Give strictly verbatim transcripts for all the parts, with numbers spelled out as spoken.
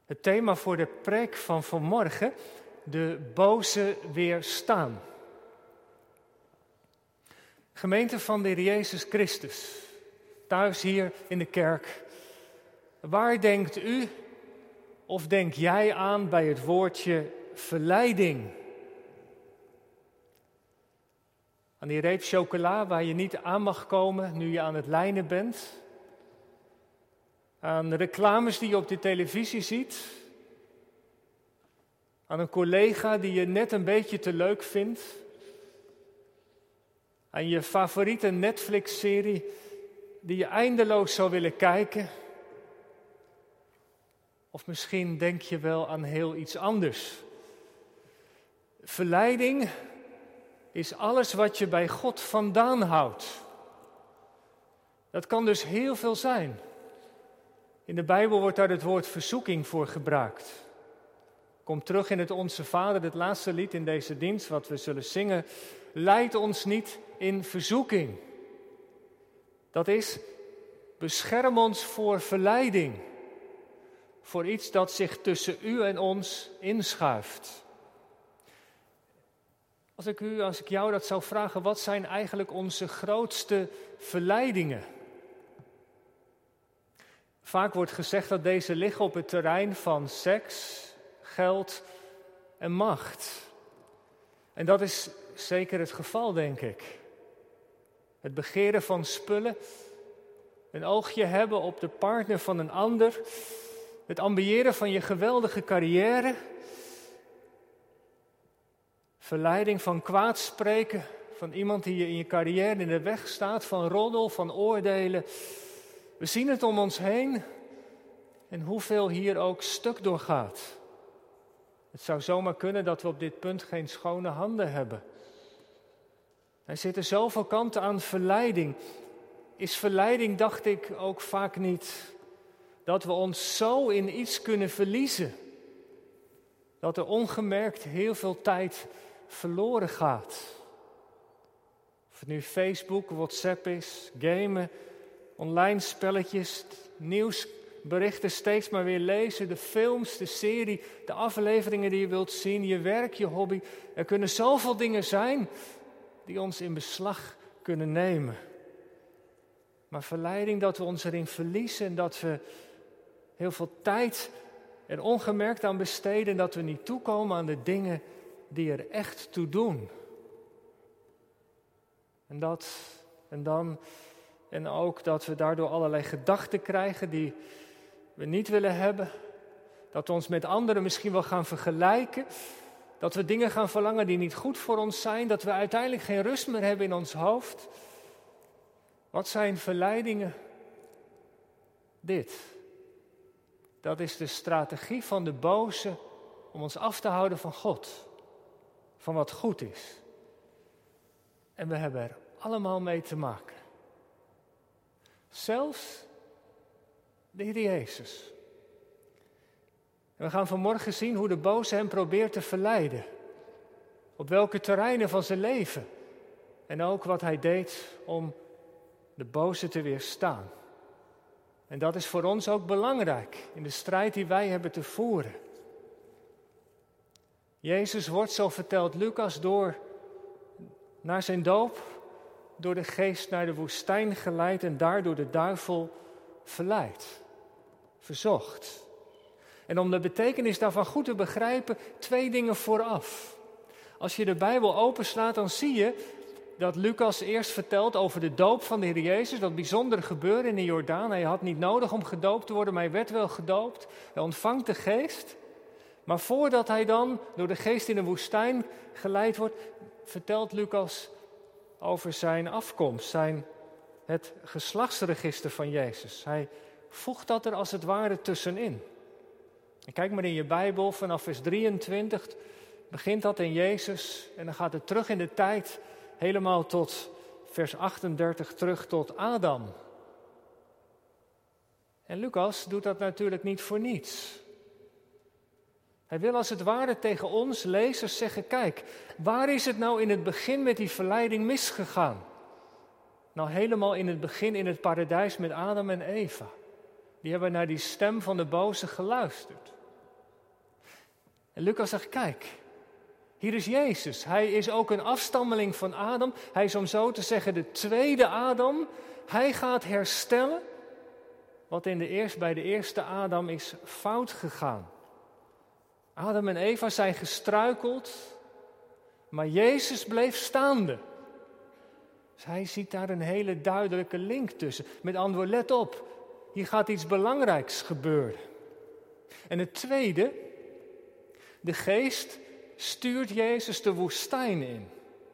Het thema voor de preek van vanmorgen, de boze weerstaan. Gemeente van de Heer Jezus Christus, thuis hier in de kerk. Waar denkt u of denk jij aan bij het woordje verleiding? Aan die reep chocola waar je niet aan mag komen nu je aan het lijnen bent? Aan de reclames die je op de televisie ziet? Aan een collega die je net een beetje te leuk vindt? Aan je favoriete Netflix-serie die je eindeloos zou willen kijken? Of misschien denk je wel aan heel iets anders. Verleiding is alles wat je bij God vandaan houdt. Dat kan dus heel veel zijn. In de Bijbel wordt daar het woord verzoeking voor gebruikt. Kom terug in het Onze Vader, het laatste lied in deze dienst, wat we zullen zingen. Leid ons niet in verzoeking. Dat is, bescherm ons voor verleiding. Voor iets dat zich tussen u en ons inschuift. Als ik u, als ik jou dat zou vragen, wat zijn eigenlijk onze grootste verleidingen? Vaak wordt gezegd dat deze liggen op het terrein van seks, geld en macht. En dat is zeker het geval, denk ik. Het begeren van spullen, een oogje hebben op de partner van een ander, het ambiëren van je geweldige carrière, verleiding van kwaad spreken van iemand die je in je carrière in de weg staat, van roddel, van oordelen. We zien het om ons heen en hoeveel hier ook stuk doorgaat. Het zou zomaar kunnen dat we op dit punt geen schone handen hebben. Er zitten zoveel kanten aan verleiding. Is verleiding, dacht ik, ook vaak niet dat we ons zo in iets kunnen verliezen, dat er ongemerkt heel veel tijd verloren gaat. Of het nu Facebook, WhatsApp is, gamen, online spelletjes, nieuwsberichten steeds maar weer lezen, de films, de serie, de afleveringen die je wilt zien, je werk, je hobby. Er kunnen zoveel dingen zijn die ons in beslag kunnen nemen. Maar verleiding dat we ons erin verliezen en dat we heel veel tijd er ongemerkt aan besteden en dat we niet toekomen aan de dingen die er echt toe doen. En dat en dan en ook dat we daardoor allerlei gedachten krijgen die we niet willen hebben. Dat we ons met anderen misschien wel gaan vergelijken. Dat we dingen gaan verlangen die niet goed voor ons zijn. Dat we uiteindelijk geen rust meer hebben in ons hoofd. Wat zijn verleidingen? Dit. Dat is de strategie van de boze om ons af te houden van God. Van wat goed is. En we hebben er allemaal mee te maken. Zelfs de Heer Jezus. En we gaan vanmorgen zien hoe de boze hem probeert te verleiden. Op welke terreinen van zijn leven. En ook wat hij deed om de boze te weerstaan. En dat is voor ons ook belangrijk in de strijd die wij hebben te voeren. Jezus wordt, zo vertelt Lucas, door naar zijn doop, door de geest naar de woestijn geleid en daar door de duivel verleid, verzocht. En om de betekenis daarvan goed te begrijpen, twee dingen vooraf. Als je de Bijbel openslaat, dan zie je dat Lucas eerst vertelt over de doop van de Heer Jezus, dat bijzondere gebeuren in de Jordaan. Hij had niet nodig om gedoopt te worden, maar hij werd wel gedoopt. Hij ontvangt de geest. Maar voordat hij dan door de geest in de woestijn geleid wordt, vertelt Lucas over zijn afkomst, zijn, het geslachtsregister van Jezus. Hij voegt dat er als het ware tussenin. En kijk maar in je Bijbel, vanaf vers drieëntwintig begint dat in Jezus en dan gaat het terug in de tijd, helemaal tot vers achtendertig, terug tot Adam. En Lucas doet dat natuurlijk niet voor niets. Hij wil als het ware tegen ons lezers zeggen, kijk, waar is het nou in het begin met die verleiding misgegaan? Nou, helemaal in het begin in het paradijs met Adam en Eva. Die hebben naar die stem van de boze geluisterd. En Lucas zegt, kijk, hier is Jezus. Hij is ook een afstammeling van Adam. Hij is om zo te zeggen de tweede Adam. Hij gaat herstellen wat in de eerst, bij de eerste Adam is fout gegaan. Adam en Eva zijn gestruikeld, maar Jezus bleef staande. Dus hij ziet daar een hele duidelijke link tussen. Met andere woorden, let op, hier gaat iets belangrijks gebeuren. En het tweede, de geest stuurt Jezus de woestijn in.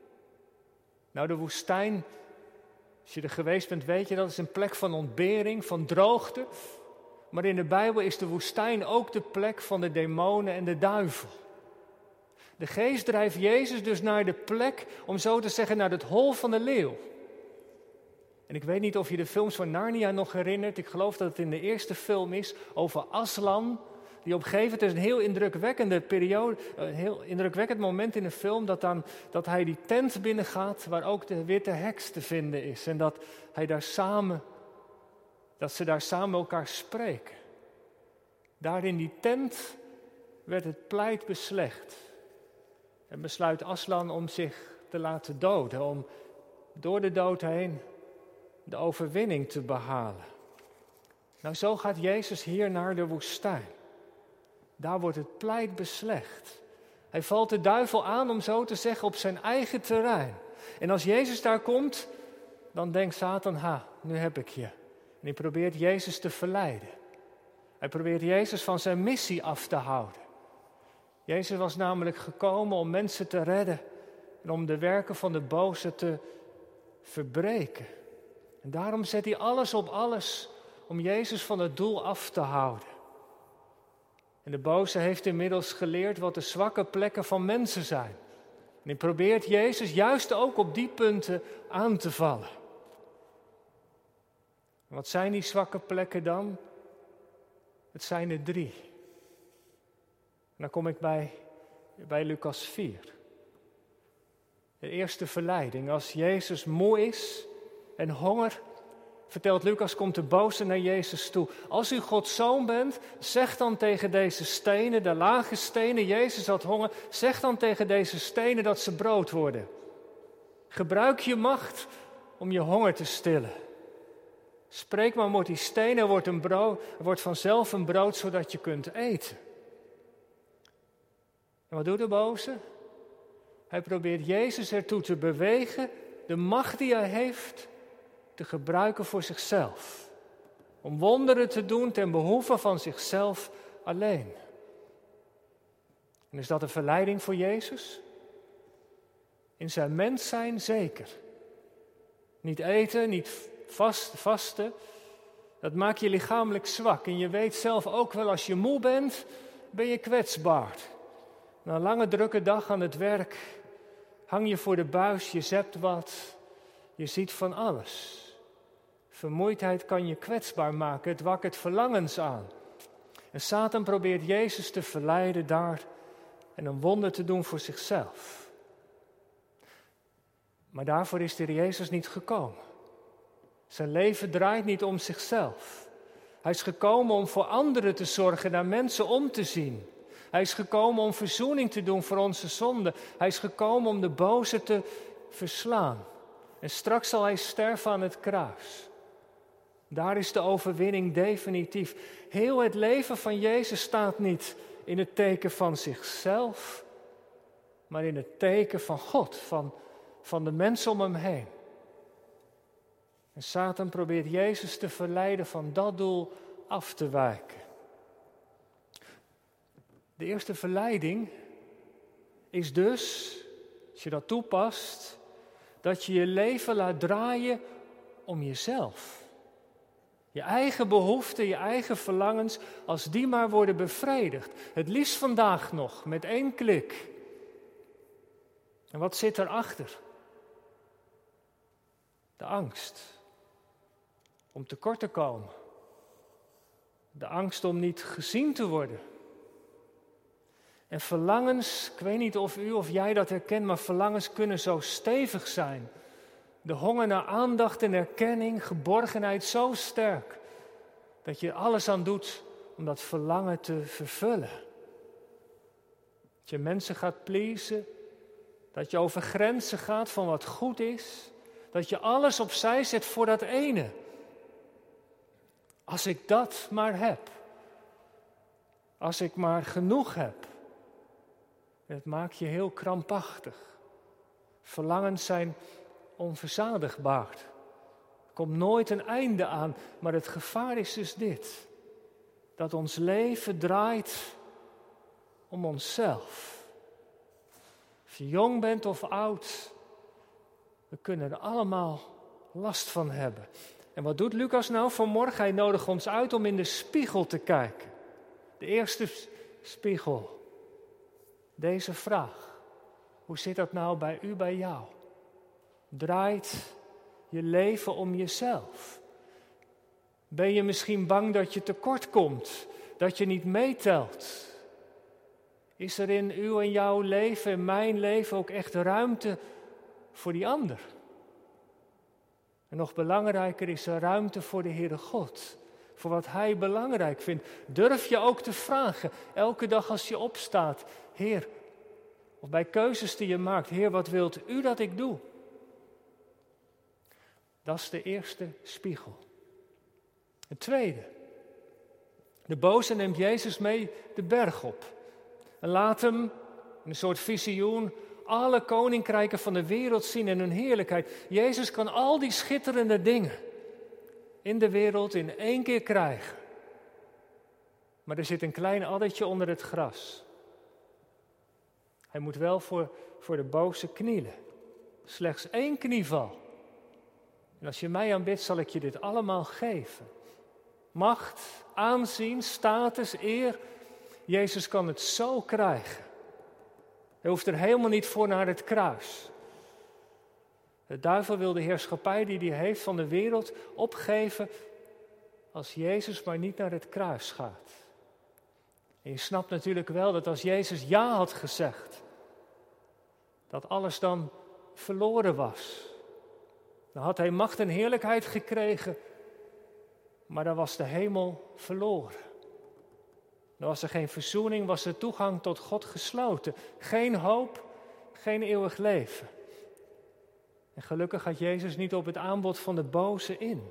Nou, de woestijn, als je er geweest bent, weet je, dat is een plek van ontbering, van droogte. Maar in de Bijbel is de woestijn ook de plek van de demonen en de duivel. De geest drijft Jezus dus naar de plek, om zo te zeggen, naar het hol van de leeuw. En ik weet niet of je de films van Narnia nog herinnert. Ik geloof dat het in de eerste film is over Aslan. Die op een gegeven moment, is een heel indrukwekkende periode, een heel indrukwekkend moment in de film, dat, dan, dat hij die tent binnengaat waar ook de witte heks te vinden is. En dat, hij daar samen, dat ze daar samen elkaar spreken. Daar in die tent werd het pleit beslecht. En besluit Aslan om zich te laten doden, om door de dood heen de overwinning te behalen. Nou, zo gaat Jezus hier naar de woestijn. Daar wordt het pleit beslecht. Hij valt de duivel aan, om zo te zeggen, op zijn eigen terrein. En als Jezus daar komt, dan denkt Satan, ha, nu heb ik je. En hij probeert Jezus te verleiden. Hij probeert Jezus van zijn missie af te houden. Jezus was namelijk gekomen om mensen te redden en om de werken van de boze te verbreken. En daarom zet hij alles op alles om Jezus van het doel af te houden. En de boze heeft inmiddels geleerd wat de zwakke plekken van mensen zijn. En hij probeert Jezus juist ook op die punten aan te vallen. En wat zijn die zwakke plekken dan? Het zijn er drie. En dan kom ik bij, bij Lucas vier. De eerste verleiding. Als Jezus moe is en honger, vertelt Lucas, komt de boze naar Jezus toe. Als u Gods zoon bent, zeg dan tegen deze stenen, de lage stenen, Jezus had honger, zeg dan tegen deze stenen dat ze brood worden. Gebruik je macht om je honger te stillen. Spreek maar met die stenen, wordt, een brood, wordt vanzelf een brood zodat je kunt eten. En wat doet de boze? Hij probeert Jezus ertoe te bewegen, de macht die hij heeft, te gebruiken voor zichzelf. Om wonderen te doen ten behoeve van zichzelf alleen. En is dat een verleiding voor Jezus? In zijn mens zijn zeker. Niet eten, niet vast, vasten, dat maakt je lichamelijk zwak. En je weet zelf ook wel, als je moe bent, ben je kwetsbaar. Na een lange drukke dag aan het werk hang je voor de buis, je zept wat, je ziet van alles. Vermoeidheid kan je kwetsbaar maken, het wakkert verlangens aan. En Satan probeert Jezus te verleiden daar en een wonder te doen voor zichzelf. Maar daarvoor is de Heer Jezus niet gekomen. Zijn leven draait niet om zichzelf. Hij is gekomen om voor anderen te zorgen, naar mensen om te zien. Hij is gekomen om verzoening te doen voor onze zonden. Hij is gekomen om de boze te verslaan. En straks zal hij sterven aan het kruis. Daar is de overwinning definitief. Heel het leven van Jezus staat niet in het teken van zichzelf, maar in het teken van God, van, van de mensen om hem heen. En Satan probeert Jezus te verleiden van dat doel af te wijken. De eerste verleiding is dus, als je dat toepast, dat je je leven laat draaien om jezelf. Je eigen behoeften, je eigen verlangens, als die maar worden bevredigd. Het liefst vandaag nog, met één klik. En wat zit erachter? De angst om tekort te komen. De angst om niet gezien te worden. En verlangens, ik weet niet of u of jij dat herkent, maar verlangens kunnen zo stevig zijn. De honger naar aandacht en erkenning, geborgenheid zo sterk, dat je er alles aan doet om dat verlangen te vervullen. je mensen gaat pleasen. Dat je over grenzen gaat van wat goed is. Dat je alles opzij zet voor dat ene. Als ik dat maar heb. Als ik maar genoeg heb. Het maakt je heel krampachtig. Verlangens zijn onverzadigbaar. Er komt nooit een einde aan. Maar het gevaar is dus dit. Dat ons leven draait om onszelf. Of je jong bent of oud. We kunnen er allemaal last van hebben. En wat doet Lucas nou vanmorgen? Hij nodigt ons uit om in de spiegel te kijken. De eerste spiegel. Deze vraag. Hoe zit dat nou bij u, bij jou? Draait je leven om jezelf? Ben je misschien bang dat je tekort komt? Dat je niet meetelt? Is er in uw en jouw leven, in mijn leven ook echt ruimte voor die ander? En nog belangrijker is er ruimte voor de Heere God. Voor wat Hij belangrijk vindt. Durf je ook te vragen, elke dag als je opstaat. Heer, of bij keuzes die je maakt. Heer, wat wilt u dat ik doe? Dat is de eerste spiegel. Het tweede. De boze neemt Jezus mee de berg op. En laat hem, in een soort visioen, alle koninkrijken van de wereld zien in hun heerlijkheid. Jezus kan al die schitterende dingen in de wereld in één keer krijgen. Maar er zit een klein addertje onder het gras. Hij moet wel voor, voor de boze knielen. Slechts één knieval. En als je mij aanbidt, zal ik je dit allemaal geven. Macht, aanzien, status, eer. Jezus kan het zo krijgen. Hij hoeft er helemaal niet voor naar het kruis. De duivel wil de heerschappij die hij heeft van de wereld opgeven als Jezus maar niet naar het kruis gaat. En je snapt natuurlijk wel dat als Jezus ja had gezegd, dat alles dan verloren was. Dan had hij macht en heerlijkheid gekregen, maar dan was de hemel verloren. Dan was er geen verzoening, was de toegang tot God gesloten. Geen hoop, geen eeuwig leven. En gelukkig gaat Jezus niet op het aanbod van de boze in.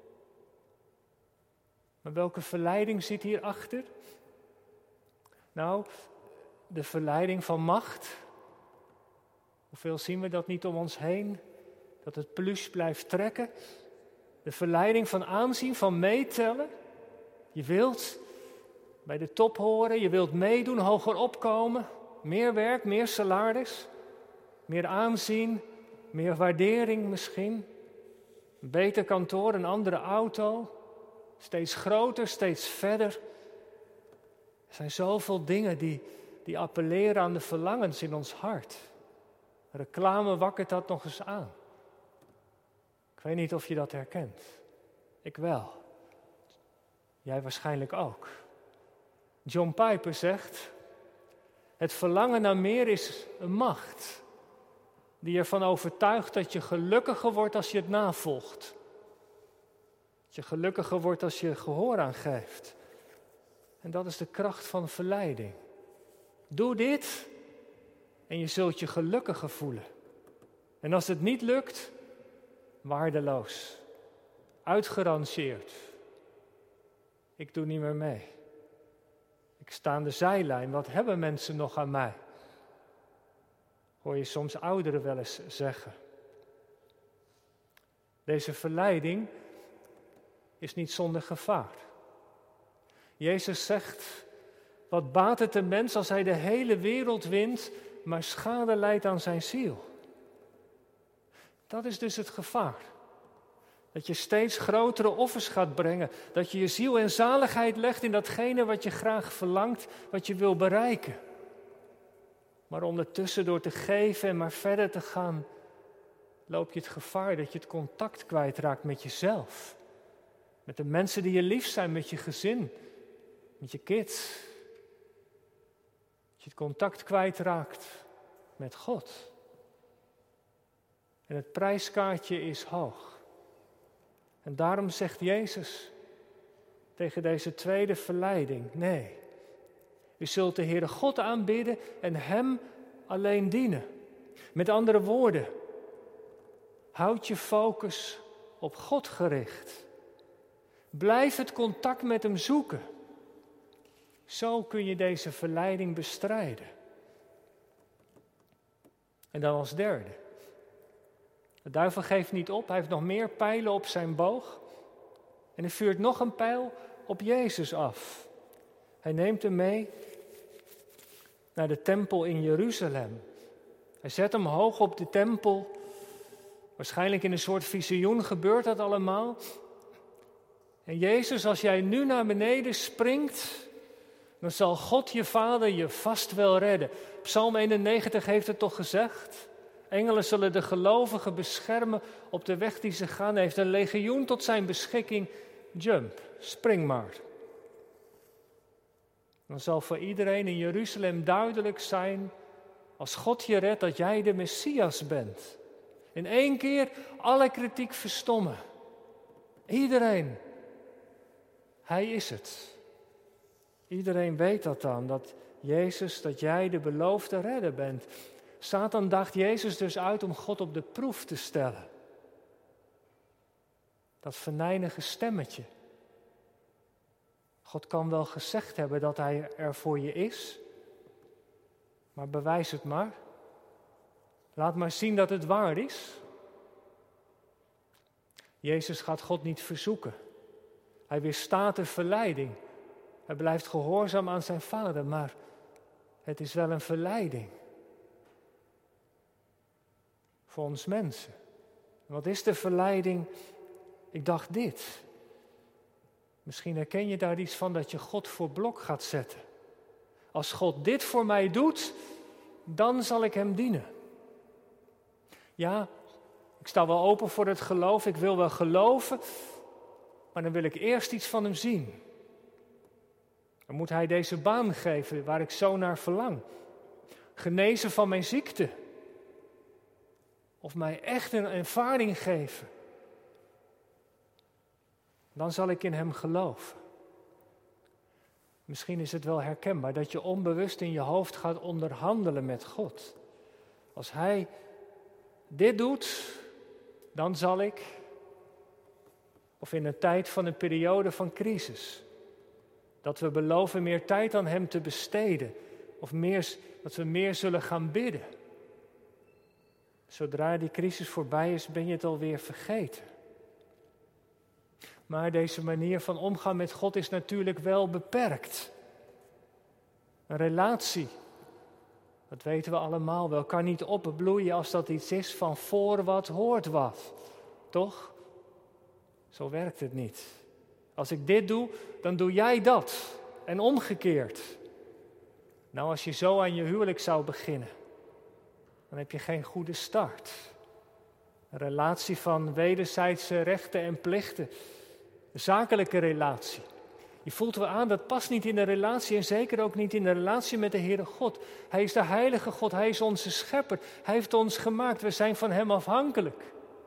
Maar welke verleiding zit hierachter? Nou, de verleiding van macht. Hoeveel zien we dat niet om ons heen? Dat het plus blijft trekken. De verleiding van aanzien, van meetellen. Je wilt bij de top horen, je wilt meedoen, hoger opkomen. Meer werk, meer salaris. Meer aanzien, meer waardering misschien. Een beter kantoor, een andere auto. Steeds groter, steeds verder. Er zijn zoveel dingen die, die appelleren aan de verlangens in ons hart. Reclame wakkert dat nog eens aan. Ik weet niet of je dat herkent. Ik wel. Jij waarschijnlijk ook. John Piper zegt: het verlangen naar meer is een macht die ervan overtuigt dat je gelukkiger wordt als je het navolgt. Dat je gelukkiger wordt als je gehoor aan geeft. En dat is de kracht van verleiding. Doe dit en je zult je gelukkiger voelen. En als het niet lukt, waardeloos, uitgerangeerd. Ik doe niet meer mee. Ik sta aan de zijlijn, wat hebben mensen nog aan mij? Hoor je soms ouderen wel eens zeggen. Deze verleiding is niet zonder gevaar. Jezus zegt, wat baat het een mens als hij de hele wereld wint, maar schade lijdt aan zijn ziel? Dat is dus het gevaar. Dat je steeds grotere offers gaat brengen. Dat je je ziel en zaligheid legt in datgene wat je graag verlangt, wat je wil bereiken. Maar ondertussen door te geven en maar verder te gaan, loop je het gevaar dat je het contact kwijtraakt met jezelf. Met de mensen die je lief zijn, met je gezin, met je kids. Dat je het contact kwijtraakt met God. En het prijskaartje is hoog. En daarom zegt Jezus tegen deze tweede verleiding, nee, U zult de Heere God aanbidden en Hem alleen dienen. Met andere woorden, houd je focus op God gericht. Blijf het contact met Hem zoeken. Zo kun je deze verleiding bestrijden. En dan als derde. De duivel geeft niet op, hij heeft nog meer pijlen op zijn boog. En hij vuurt nog een pijl op Jezus af. Hij neemt hem mee naar de tempel in Jeruzalem. Hij zet hem hoog op de tempel. Waarschijnlijk in een soort visioen gebeurt dat allemaal. En Jezus, als jij nu naar beneden springt, dan zal God je Vader je vast wel redden. Psalm eenennegentig heeft het toch gezegd? Engelen zullen de gelovigen beschermen op de weg die ze gaan. Hij heeft een legioen tot zijn beschikking. Jump, spring maar. Dan zal voor iedereen in Jeruzalem duidelijk zijn, als God je redt, dat jij de Messias bent. In één keer alle kritiek verstommen. Iedereen. Hij is het. Iedereen weet dat dan, dat Jezus, dat jij de beloofde redder bent. Satan daagt Jezus dus uit om God op de proef te stellen. Dat venijnige stemmetje. God kan wel gezegd hebben dat Hij er voor je is, maar bewijs het maar. Laat maar zien dat het waar is. Jezus gaat God niet verzoeken. Hij weerstaat de verleiding. Hij blijft gehoorzaam aan zijn Vader, maar het is wel een verleiding. Voor ons mensen. Wat is de verleiding? Ik dacht dit. Misschien herken je daar iets van dat je God voor blok gaat zetten. Als God dit voor mij doet, dan zal ik Hem dienen. Ja, ik sta wel open voor het geloof, ik wil wel geloven, maar dan wil ik eerst iets van Hem zien. Dan moet Hij deze baan geven waar ik zo naar verlang. Genezen van mijn ziekte. Of mij echt een ervaring geven. Dan zal ik in Hem geloven. Misschien is het wel herkenbaar dat je onbewust in je hoofd gaat onderhandelen met God. Als Hij dit doet, dan zal ik. Of in een tijd van een periode van crisis. Dat we beloven meer tijd aan Hem te besteden. Of meer, dat we meer zullen gaan bidden. Zodra die crisis voorbij is, ben je het alweer vergeten. Maar deze manier van omgaan met God is natuurlijk wel beperkt. Een relatie, dat weten we allemaal wel, kan niet opbloeien als dat iets is van voor wat hoort wat. Toch? Zo werkt het niet. Als ik dit doe, dan doe jij dat. En omgekeerd. Nou, als je zo aan je huwelijk zou beginnen, dan heb je geen goede start. Een relatie van wederzijdse rechten en plichten. Een zakelijke relatie. Je voelt wel aan, dat past niet in de relatie en zeker ook niet in de relatie met de Heere God. Hij is de heilige God, Hij is onze schepper. Hij heeft ons gemaakt, we zijn van Hem afhankelijk.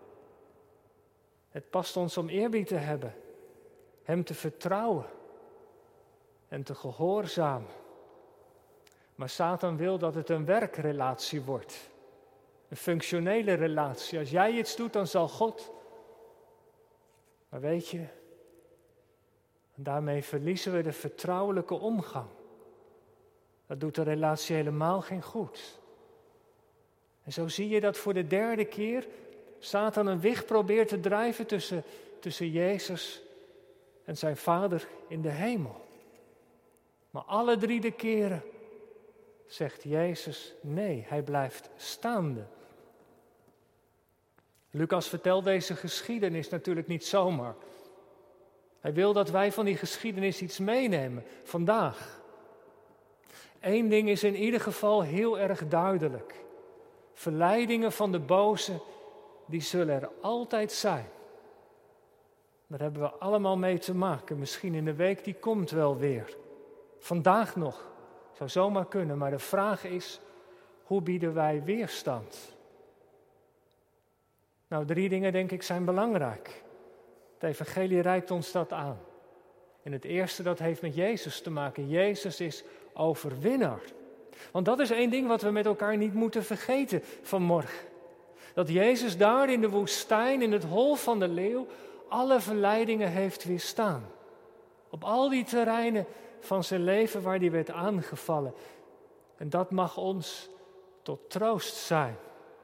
Het past ons om eerbied te hebben. Hem te vertrouwen. En te gehoorzamen. Maar Satan wil dat het een werkrelatie wordt. Een functionele relatie. Als jij iets doet, dan zal God. Maar weet je, daarmee verliezen we de vertrouwelijke omgang. Dat doet de relatie helemaal geen goed. En zo zie je dat voor de derde keer Satan een wig probeert te drijven tussen, tussen Jezus en zijn Vader in de hemel. Maar alle drie de keren zegt Jezus nee, Hij blijft staande. Lucas vertelt deze geschiedenis natuurlijk niet zomaar. Hij wil dat wij van die geschiedenis iets meenemen, vandaag. Eén ding is in ieder geval heel erg duidelijk. Verleidingen van de boze, die zullen er altijd zijn. Daar hebben we allemaal mee te maken. Misschien in de week die komt wel weer. Vandaag nog. Zou zomaar kunnen, maar de vraag is, hoe bieden wij weerstand? Nou, drie dingen denk ik zijn belangrijk. Het evangelie reikt ons dat aan. En het eerste, dat heeft met Jezus te maken. Jezus is overwinnaar. Want dat is één ding wat we met elkaar niet moeten vergeten vanmorgen. Dat Jezus daar in de woestijn, in het hol van de leeuw, alle verleidingen heeft weerstaan. Op al die terreinen van zijn leven waar hij werd aangevallen. En dat mag ons tot troost zijn.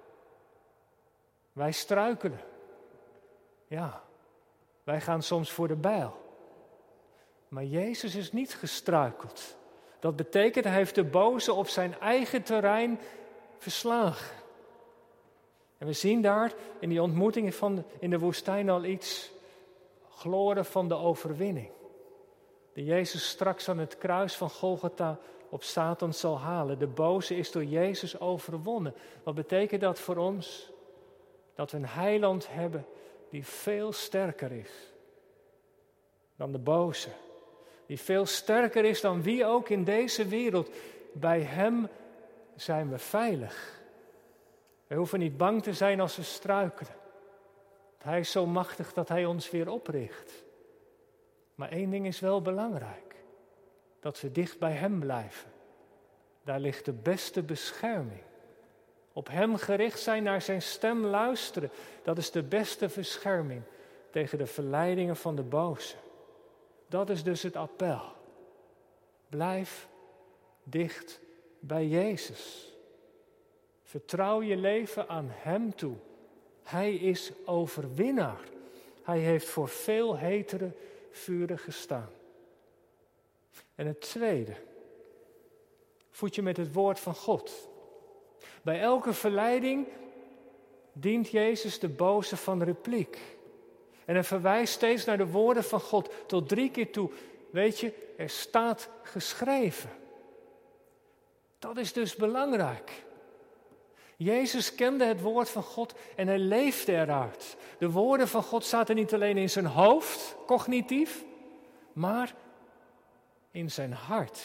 Wij struikelen. Ja, wij gaan soms voor de bijl. Maar Jezus is niet gestruikeld. Dat betekent, hij heeft de boze op zijn eigen terrein verslagen. En we zien daar in die ontmoetingen van in de woestijn al iets gloren van de overwinning. Die Jezus straks aan het kruis van Golgotha op Satan zal halen. De boze is door Jezus overwonnen. Wat betekent dat voor ons? Dat we een heiland hebben die veel sterker is dan de boze. Die veel sterker is dan wie ook in deze wereld. Bij hem zijn we veilig. We hoeven niet bang te zijn als we struikelen. Hij is zo machtig dat hij ons weer opricht. Maar één ding is wel belangrijk. Dat we dicht bij hem blijven. Daar ligt de beste bescherming. Op hem gericht zijn, naar zijn stem luisteren. Dat is de beste bescherming tegen de verleidingen van de boze. Dat is dus het appel. Blijf dicht bij Jezus. Vertrouw je leven aan hem toe. Hij is overwinnaar. Hij heeft voor veel hetere vuren gestaan. En het tweede. Voed je met het woord van God. Bij elke verleiding dient Jezus de boze van repliek. En hij verwijst steeds naar de woorden van God. Tot drie keer toe. Weet je, er staat geschreven. Dat is dus belangrijk. Jezus kende het woord van God en hij leefde eruit. De woorden van God zaten niet alleen in zijn hoofd, cognitief, maar in zijn hart.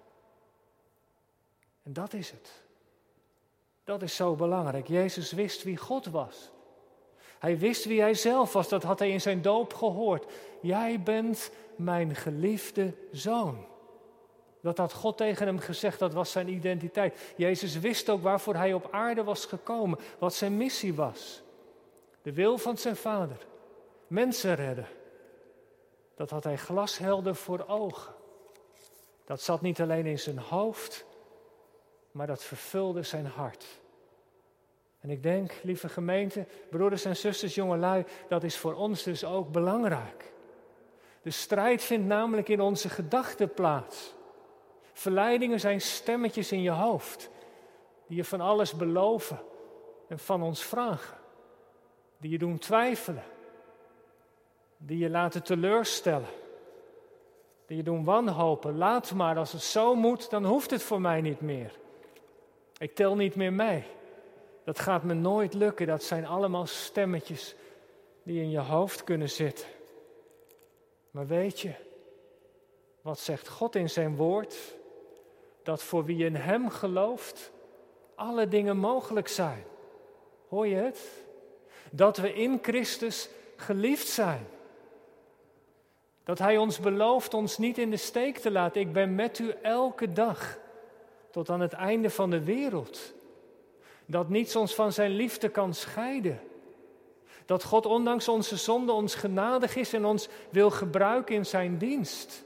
En dat is het. Dat is zo belangrijk. Jezus wist wie God was. Hij wist wie hij zelf was, dat had hij in zijn doop gehoord. Jij bent mijn geliefde zoon. Dat had God tegen hem gezegd, dat was zijn identiteit. Jezus wist ook waarvoor hij op aarde was gekomen, wat zijn missie was. De wil van zijn vader, mensen redden. Dat had hij glashelder voor ogen. Dat zat niet alleen in zijn hoofd, maar dat vervulde zijn hart. En ik denk, lieve gemeente, broeders en zusters, jongelui, dat is voor ons dus ook belangrijk. De strijd vindt namelijk in onze gedachten plaats. Verleidingen zijn stemmetjes in je hoofd, die je van alles beloven en van ons vragen. Die je doen twijfelen, die je laten teleurstellen, die je doen wanhopen. Laat maar, als het zo moet, dan hoeft het voor mij niet meer. Ik tel niet meer mee. Dat gaat me nooit lukken. Dat zijn allemaal stemmetjes die in je hoofd kunnen zitten. Maar weet je, wat zegt God in zijn woord? Dat voor wie in hem gelooft, alle dingen mogelijk zijn. Hoor je het? Dat we in Christus geliefd zijn. Dat hij ons belooft ons niet in de steek te laten. Ik ben met u elke dag, tot aan het einde van de wereld. Dat niets ons van zijn liefde kan scheiden. Dat God ondanks onze zonde ons genadig is en ons wil gebruiken in zijn dienst.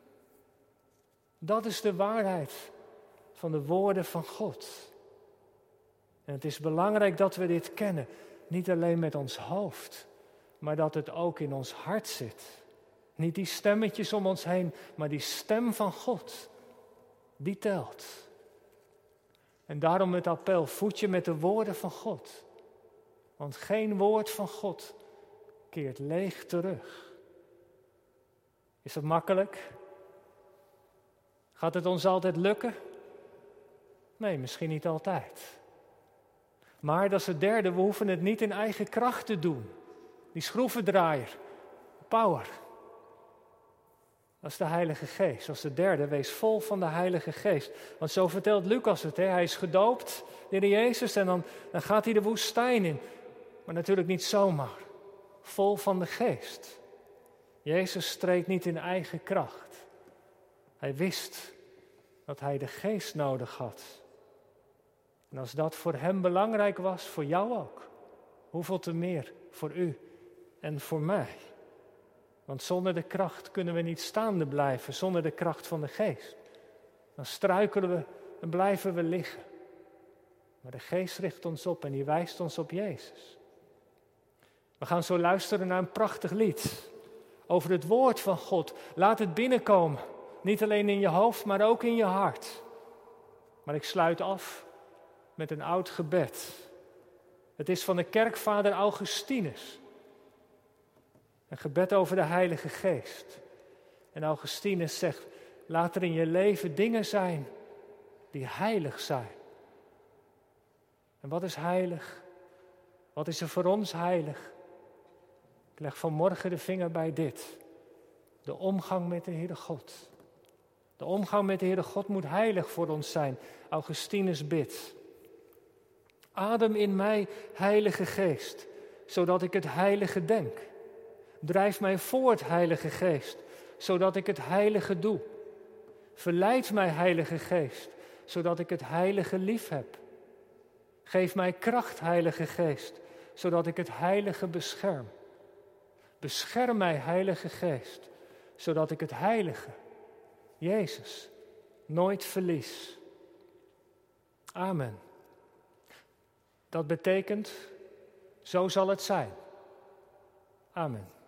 Dat is de waarheid van de woorden van God. En het is belangrijk dat we dit kennen. Niet alleen met ons hoofd, maar dat het ook in ons hart zit. Niet die stemmetjes om ons heen, maar die stem van God. Die telt. En daarom het appel, voed je met de woorden van God. Want geen woord van God keert leeg terug. Is dat makkelijk? Gaat het ons altijd lukken? Nee, misschien niet altijd. Maar dat is het derde, we hoeven het niet in eigen kracht te doen. Die schroevendraaier, power. Dat is de Heilige Geest. Dat is de derde, wees vol van de Heilige Geest. Want zo vertelt Lucas het, hè? Hij is gedoopt, de Heer Jezus, en dan, dan gaat hij de woestijn in. Maar natuurlijk niet zomaar. Vol van de Geest. Jezus streed niet in eigen kracht. Hij wist dat hij de geest nodig had. En als dat voor hem belangrijk was, voor jou ook, hoeveel te meer voor u en voor mij. Want zonder de kracht kunnen we niet staande blijven, zonder de kracht van de geest. Dan struikelen we en blijven we liggen. Maar de geest richt ons op en die wijst ons op Jezus. We gaan zo luisteren naar een prachtig lied over het woord van God. Laat het binnenkomen, niet alleen in je hoofd, maar ook in je hart. Maar ik sluit af met een oud gebed. Het is van de kerkvader Augustinus. Een gebed over de Heilige Geest. En Augustinus zegt, laat er in je leven dingen zijn die heilig zijn. En wat is heilig? Wat is er voor ons heilig? Ik leg vanmorgen de vinger bij dit. De omgang met de Heere God. De omgang met de Heere God moet heilig voor ons zijn. Augustinus bidt. Adem in mij, Heilige Geest, zodat ik het heilige denk. Drijf mij voort, Heilige Geest, zodat ik het heilige doe. Verleid mij, Heilige Geest, zodat ik het heilige lief heb. Geef mij kracht, Heilige Geest, zodat ik het heilige bescherm. Bescherm mij, Heilige Geest, zodat ik het heilige, Jezus, nooit verlies. Amen. Dat betekent, zo zal het zijn. Amen.